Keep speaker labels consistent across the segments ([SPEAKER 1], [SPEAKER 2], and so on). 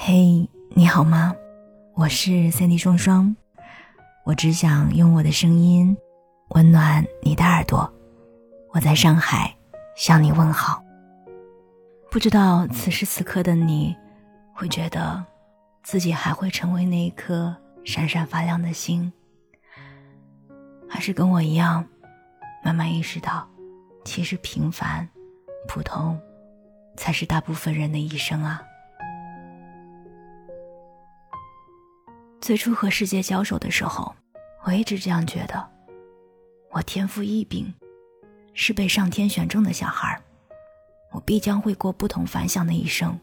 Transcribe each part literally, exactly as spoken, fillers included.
[SPEAKER 1] 嘿，你好吗？我是 Cindy 双双，我只想用我的声音温暖你的耳朵。我在上海向你问好。不知道此时此刻的你会觉得自己还会成为那一颗闪闪发亮的星，还是跟我一样慢慢意识到其实平凡普通才是大部分人的一生啊。最初和世界交手的时候，我一直这样觉得，我天赋异禀，是被上天选中的小孩，我必将会过不同凡响的一生。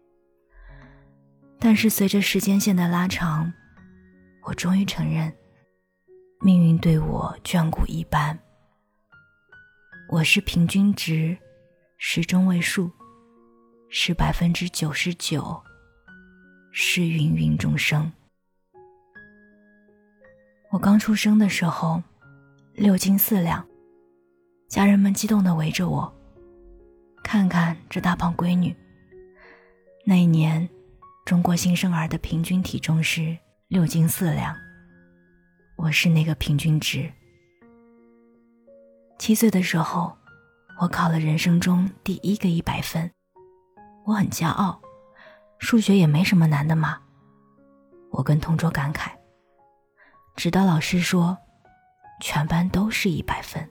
[SPEAKER 1] 但是随着时间线的拉长，我终于承认，命运对我眷顾一般。我是平均值，是中位数，是百分之九十九，是芸芸众生。我刚出生的时候，六斤四两，家人们激动地围着我，看看这大胖闺女。那一年，中国新生儿的平均体重是六斤四两，我是那个平均值。七岁的时候，我考了人生中第一个一百分，我很骄傲，数学也没什么难的嘛。我跟同桌感慨，直到老师说，全班都是一百分。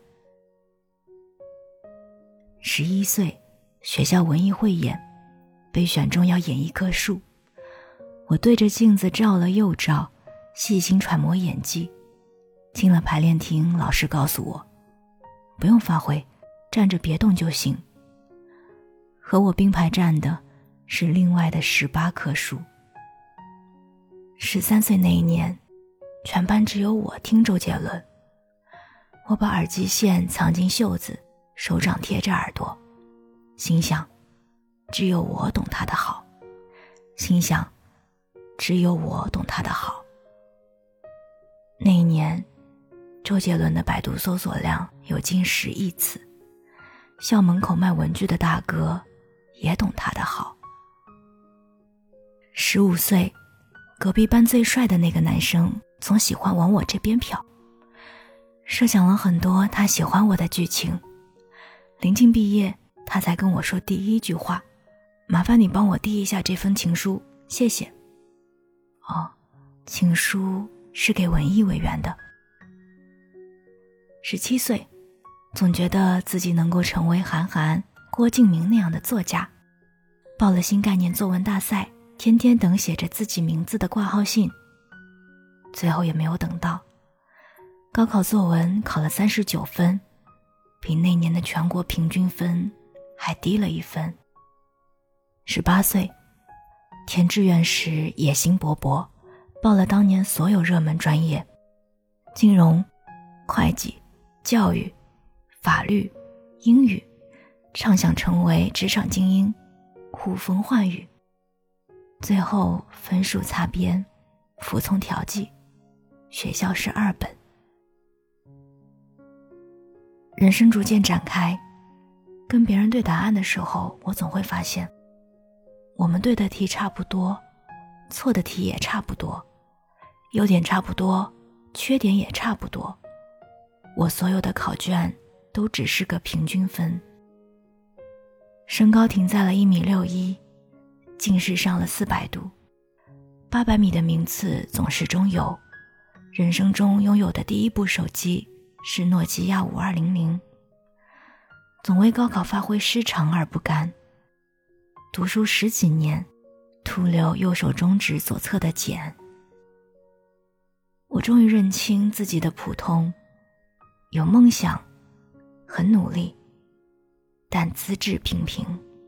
[SPEAKER 1] 十一岁，学校文艺汇演，被选中要演一棵树。我对着镜子照了又照，细心揣摩演技。进了排练厅，老师告诉我，不用发挥，站着别动就行。和我并排站的是另外的十八棵树。十三岁那一年，全班只有我听周杰伦。我把耳机线藏进袖子，手掌贴着耳朵，心想，只有我懂他的好，心想，只有我懂他的好。那一年，周杰伦的百度搜索量有近十亿次，校门口卖文具的大哥也懂他的好。十五岁，隔壁班最帅的那个男生总喜欢往我这边瞟，设想了很多他喜欢我的剧情。临近毕业，他才跟我说第一句话，麻烦你帮我递一下这封情书，谢谢。哦，情书是给文艺委员的。十七岁，总觉得自己能够成为韩寒、郭敬明那样的作家，报了新概念作文大赛，天天等写着自己名字的挂号信，最后也没有等到。高考作文考了三十九分，比那年的全国平均分还低了一分。十八岁，填志愿时野心勃勃，报了当年所有热门专业，金融、会计、教育、法律、英语，畅想成为职场精英，呼风唤雨。最后分数擦边，服从调剂，学校是二本。人生逐渐展开，跟别人对答案的时候，我总会发现，我们对的题差不多，错的题也差不多，优点差不多，缺点也差不多。我所有的考卷都只是个平均分。身高停在了一米六一，近视上了四百度，八百米的名次总是中有。人生中拥有的第一部手机是诺基亚五二零零。总为高考发挥失常而不甘，读书十几年，徒留右手中指左侧的茧。我终于认清自己的普通，有梦想，很努力，但资质平平。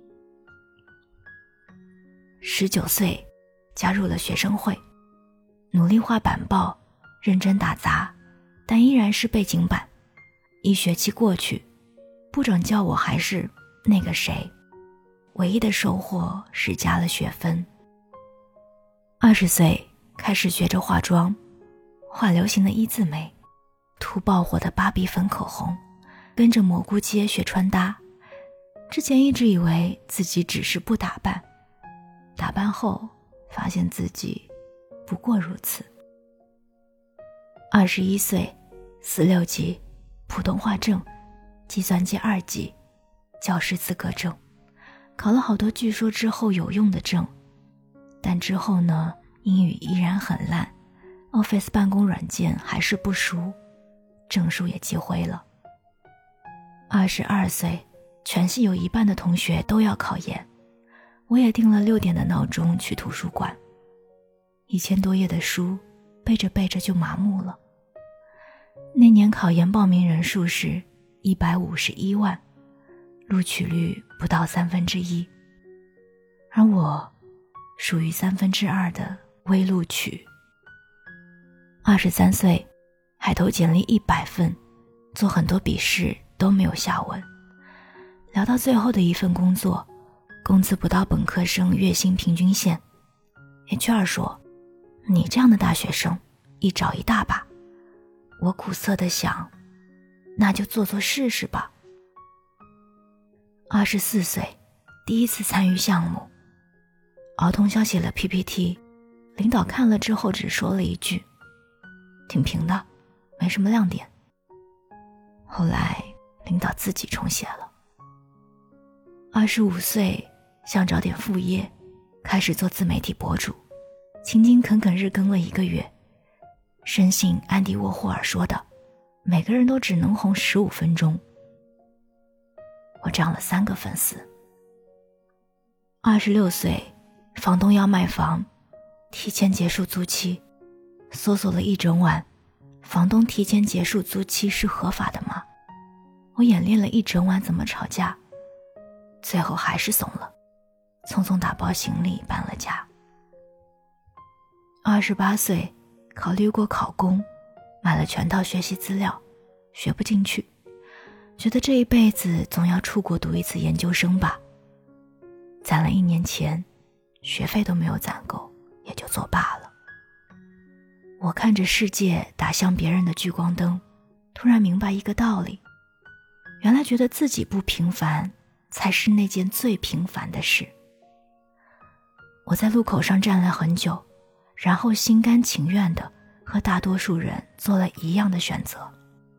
[SPEAKER 1] 十九岁，加入了学生会，努力画板报，认真打杂，但依然是背景板。一学期过去，部长叫我还是那个谁，唯一的收获是加了学分。二十岁，开始学着化妆，画流行的一字眉，涂爆火的芭比粉口红，跟着蘑菇街学穿搭。之前一直以为自己只是不打扮，打扮后发现自己不过如此。二十一岁，四六级，普通话证，计算机二级，教师资格证，考了好多据说之后有用的证，但之后呢，英语依然很烂， Office 办公软件还是不熟，证书也寄灰了。二十二岁，全系有一半的同学都要考研，我也定了六点的闹钟去图书馆，一千多页的书背着背着就麻木了。那年考研报名人数是一百五十一万，录取率不到三分之一，而我属于三分之二的微录取。二十三岁，海投简历一百份，做很多笔试都没有下文。聊到最后的一份工作，工资不到本科生月薪平均线， H R 说，你这样的大学生一找一大把。我苦涩地想，那就做做试试吧。二十四岁，第一次参与项目，熬通宵写了 P P T， 领导看了之后只说了一句，挺平的，没什么亮点。后来领导自己重写了。二十五岁，想找点副业，开始做自媒体博主，勤勤恳恳日更了一个月。深信安迪沃霍尔说的，每个人都只能红十五分钟。我涨了三个粉丝。二十六岁，房东要卖房，提前结束租期，搜索了一整晚，房东提前结束租期是合法的吗？我演练了一整晚怎么吵架，最后还是怂了，匆匆打包行李搬了家。二十八岁，考虑过考公，买了全套学习资料，学不进去，觉得这一辈子总要出国读一次研究生吧。攒了一年钱，学费都没有攒够，也就作罢了。我看着世界打向别人的聚光灯，突然明白一个道理，原来觉得自己不平凡，才是那件最平凡的事。我在路口上站了很久，然后心甘情愿地和大多数人做了一样的选择。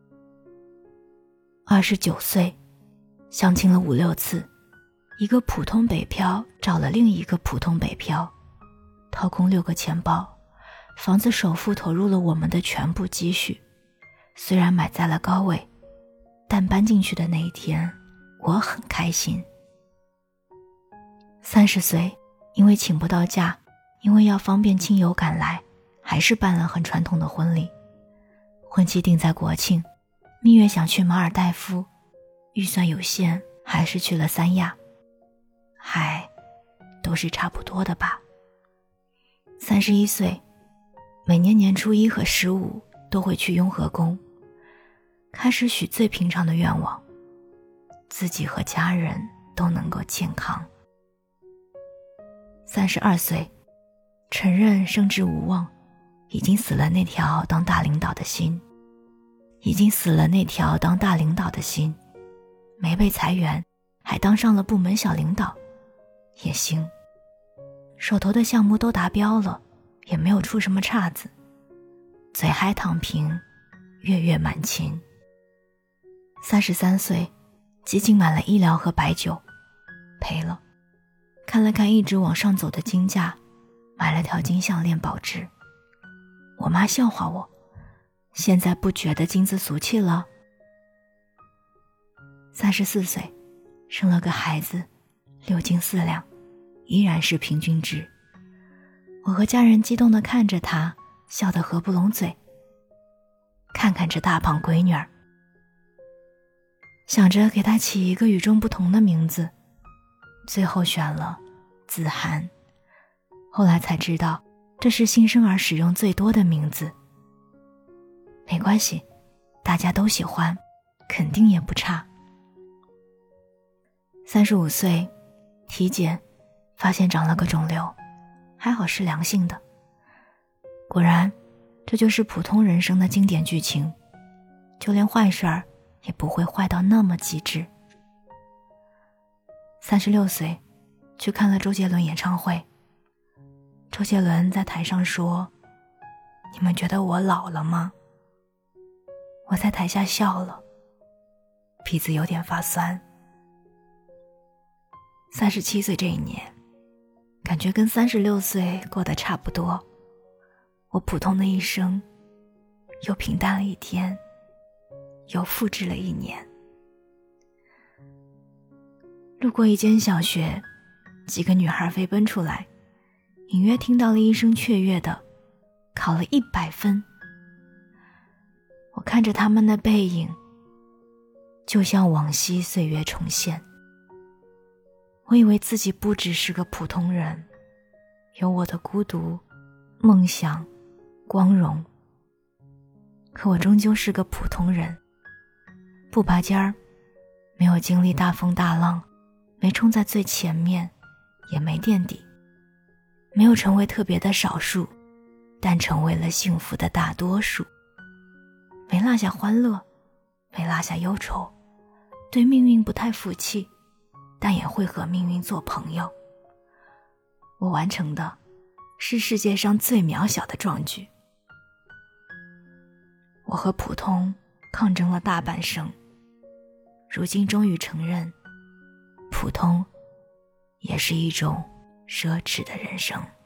[SPEAKER 1] 二十九岁，相亲了五六次，一个普通北漂找了另一个普通北漂，掏空六个钱包，房子首付投入了我们的全部积蓄，虽然买在了高位，但搬进去的那一天，我很开心。三十岁，因为请不到假，因为要方便亲友赶来，还是办了很传统的婚礼。婚期定在国庆，蜜月想去马尔代夫，预算有限，还是去了三亚。嗨，都是差不多的吧。三十一岁，每年年初一和十五都会去雍和宫，开始许最平常的愿望，自己和家人都能够健康。三十二岁，承认升职无望，已经死了那条当大领导的心，已经死了那条当大领导的心，没被裁员，还当上了部门小领导，也行。手头的项目都达标了，也没有出什么岔子，嘴嗨躺平，月月满勤。三十三岁，基金买了医疗和白酒，赔了。看了看一直往上走的金价，买了条金项链保值。我妈笑话我，现在不觉得金子俗气了？三十四岁，生了个孩子，六斤四两，依然是平均值。我和家人激动地看着他，笑得合不拢嘴。看看这大胖闺女儿，想着给她起一个与众不同的名字，最后选了子涵。后来才知道，这是新生儿使用最多的名字。没关系，大家都喜欢，肯定也不差。三十五岁，体检发现长了个肿瘤，还好是良性的。果然，这就是普通人生的经典剧情，就连坏事儿也不会坏到那么极致。三十六岁，去看了周杰伦演唱会， 周杰伦在台上说，你们觉得我老了吗？我在台下笑了，鼻子有点发酸。三十七岁这一年，感觉跟三十六岁过得差不多。我普通的一生，又平淡了一天，又复制了一年。路过一间小学，几个女孩飞奔出来，隐约听到了一声雀跃的考了一百分。我看着他们的背影，就像往昔岁月重现。我以为自己不只是个普通人，有我的孤独、梦想、光荣。可我终究是个普通人，不拔尖儿，没有经历大风大浪，没冲在最前面，也没垫底，没有成为特别的少数，但成为了幸福的大多数。没落下欢乐，没落下忧愁，对命运不太服气，但也会和命运做朋友。我完成的是世界上最渺小的壮举。我和普通抗争了大半生，如今终于承认，普通也是一种奢侈的人生。